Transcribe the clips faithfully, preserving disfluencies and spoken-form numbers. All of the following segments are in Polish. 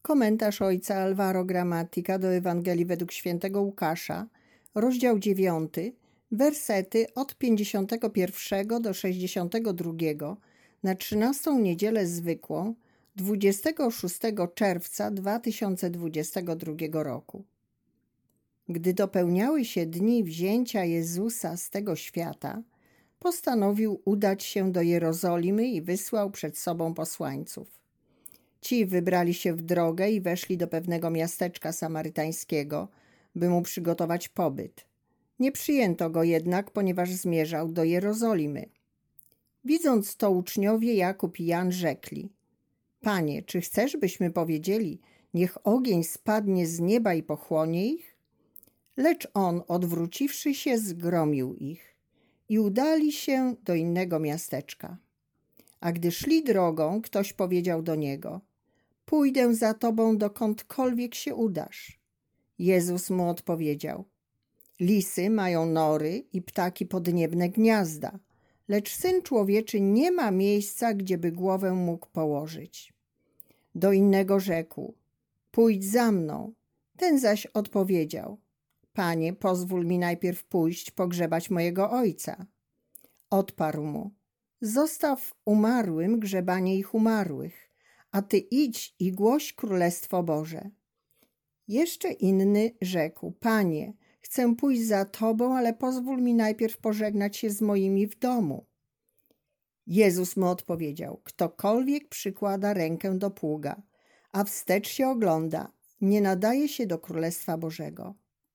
Komentarz ojca Alvaro Gramatika do Ewangelii według świętego Łukasza, rozdział dziewiąty, wersety od pięćdziesiątego pierwszego do sześćdziesiątego drugiego na trzynastą niedzielę zwykłą dwudziestego szóstego czerwca dwa tysiące dwudziestego drugiego roku. Gdy dopełniały się dni wzięcia Jezusa z tego świata, postanowił udać się do Jerozolimy i wysłał przed sobą posłańców. Ci wybrali się w drogę i weszli do pewnego miasteczka samarytańskiego, by mu przygotować pobyt. Nie przyjęto go jednak, ponieważ zmierzał do Jerozolimy. Widząc to, uczniowie Jakub i Jan rzekli: Panie, czy chcesz, byśmy powiedzieli, niech ogień spadnie z nieba i pochłonie ich? Lecz on, odwróciwszy się, zgromił ich i udali się do innego miasteczka. A gdy szli drogą, ktoś powiedział do niego: Pójdę za tobą, dokądkolwiek się udasz. Jezus mu odpowiedział: Lisy mają nory i ptaki podniebne gniazda, lecz Syn Człowieczy nie ma miejsca, gdzieby głowę mógł położyć. Do innego rzekł: Pójdź za mną. Ten zaś odpowiedział: Panie, pozwól mi najpierw pójść pogrzebać mojego ojca. Odparł mu: Zostaw umarłym grzebanie ich umarłych, a ty idź i głoś Królestwo Boże. Jeszcze inny rzekł: Panie, chcę pójść za tobą, ale pozwól mi najpierw pożegnać się z moimi w domu. Jezus mu odpowiedział: Ktokolwiek przykłada rękę do pługa, a wstecz się ogląda, nie nadaje się do Królestwa Bożego.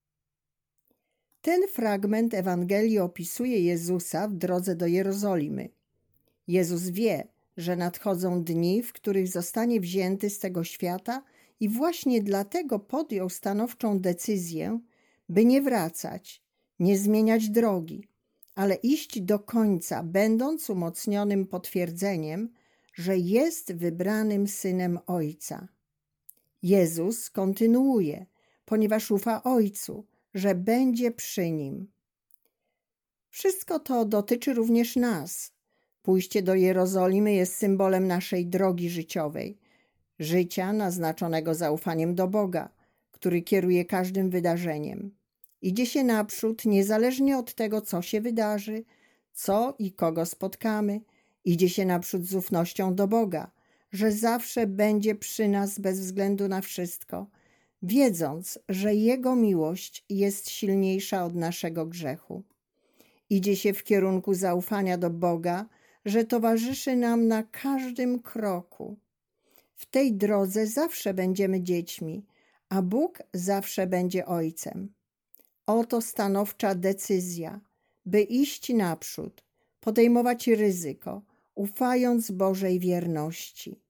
Ten fragment Ewangelii opisuje Jezusa w drodze do Jerozolimy. Jezus wie, że nadchodzą dni, w których zostanie wzięty z tego świata i właśnie dlatego podjął stanowczą decyzję, by nie wracać, nie zmieniać drogi, ale iść do końca, będąc umocnionym potwierdzeniem, że jest wybranym Synem Ojca. Jezus kontynuuje, ponieważ ufa Ojcu, że będzie przy Nim. Wszystko to dotyczy również nas. Pójście do Jerozolimy jest symbolem naszej drogi życiowej, życia naznaczonego zaufaniem do Boga, który kieruje każdym wydarzeniem. Idzie się naprzód, niezależnie od tego, co się wydarzy, co i kogo spotkamy. Idzie się naprzód z ufnością do Boga, że zawsze będzie przy nas bez względu na wszystko, wiedząc, że Jego miłość jest silniejsza od naszego grzechu. Idzie się w kierunku zaufania do Boga, że towarzyszy nam na każdym kroku. W tej drodze zawsze będziemy dziećmi, a Bóg zawsze będzie Ojcem. Oto stanowcza decyzja, by iść naprzód, podejmować ryzyko, ufając Bożej wierności.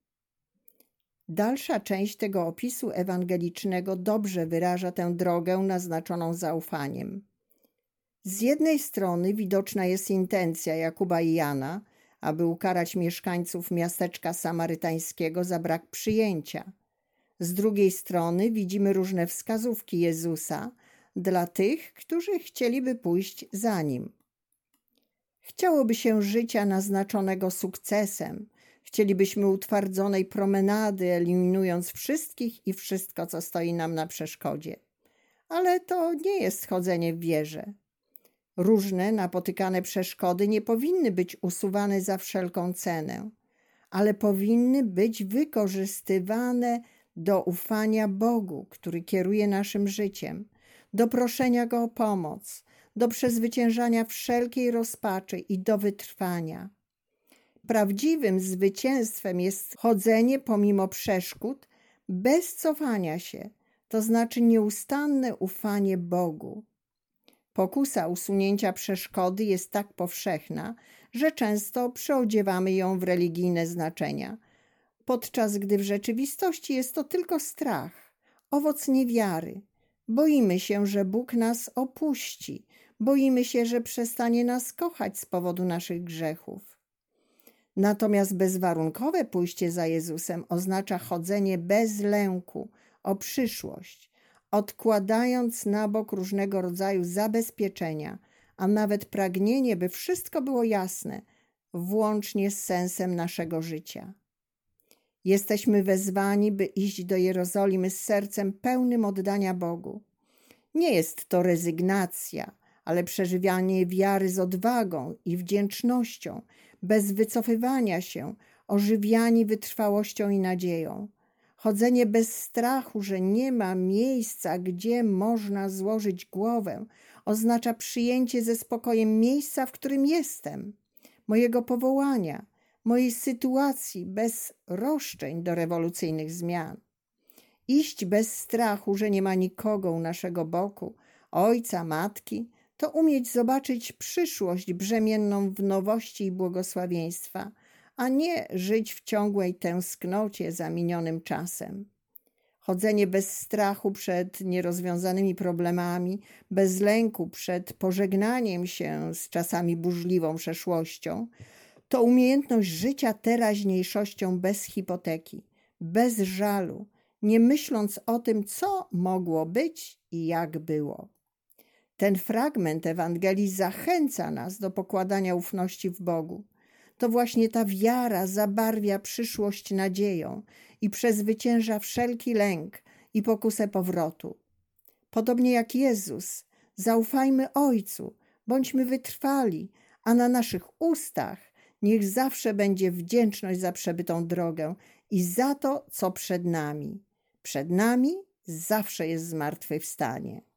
Dalsza część tego opisu ewangelicznego dobrze wyraża tę drogę naznaczoną zaufaniem. Z jednej strony widoczna jest intencja Jakuba i Jana, aby ukarać mieszkańców miasteczka samarytańskiego za brak przyjęcia. Z drugiej strony widzimy różne wskazówki Jezusa dla tych, którzy chcieliby pójść za Nim. Chciałoby się życia naznaczonego sukcesem, chcielibyśmy utwardzonej promenady, eliminując wszystkich i wszystko, co stoi nam na przeszkodzie. Ale to nie jest chodzenie w wierze. Różne napotykane przeszkody nie powinny być usuwane za wszelką cenę, ale powinny być wykorzystywane do ufania Bogu, który kieruje naszym życiem, do proszenia Go o pomoc, do przezwyciężania wszelkiej rozpaczy i do wytrwania. Prawdziwym zwycięstwem jest chodzenie pomimo przeszkód, bez cofania się, to znaczy nieustanne ufanie Bogu. Pokusa usunięcia przeszkody jest tak powszechna, że często przeodziewamy ją w religijne znaczenia, podczas gdy w rzeczywistości jest to tylko strach, owoc niewiary. Boimy się, że Bóg nas opuści, boimy się, że przestanie nas kochać z powodu naszych grzechów. Natomiast bezwarunkowe pójście za Jezusem oznacza chodzenie bez lęku o przyszłość, odkładając na bok różnego rodzaju zabezpieczenia, a nawet pragnienie, by wszystko było jasne, włącznie z sensem naszego życia. Jesteśmy wezwani, by iść do Jerozolimy z sercem pełnym oddania Bogu. Nie jest to rezygnacja, ale przeżywanie wiary z odwagą i wdzięcznością, bez wycofywania się, ożywiani wytrwałością i nadzieją. Chodzenie bez strachu, że nie ma miejsca, gdzie można złożyć głowę, oznacza przyjęcie ze spokojem miejsca, w którym jestem, mojego powołania, mojej sytuacji bez roszczeń do rewolucyjnych zmian. Iść bez strachu, że nie ma nikogo u naszego boku, ojca, matki, to umieć zobaczyć przyszłość brzemienną w nowości i błogosławieństwa, a nie żyć w ciągłej tęsknocie za minionym czasem. Chodzenie bez strachu przed nierozwiązanymi problemami, bez lęku przed pożegnaniem się z czasami burzliwą przeszłością, to umiejętność życia teraźniejszością bez hipoteki, bez żalu, nie myśląc o tym, co mogło być i jak było. Ten fragment Ewangelii zachęca nas do pokładania ufności w Bogu. To właśnie ta wiara zabarwia przyszłość nadzieją i przezwycięża wszelki lęk i pokusę powrotu. Podobnie jak Jezus, zaufajmy Ojcu, bądźmy wytrwali, a na naszych ustach niech zawsze będzie wdzięczność za przebytą drogę i za to, co przed nami. Przed nami zawsze jest zmartwychwstanie.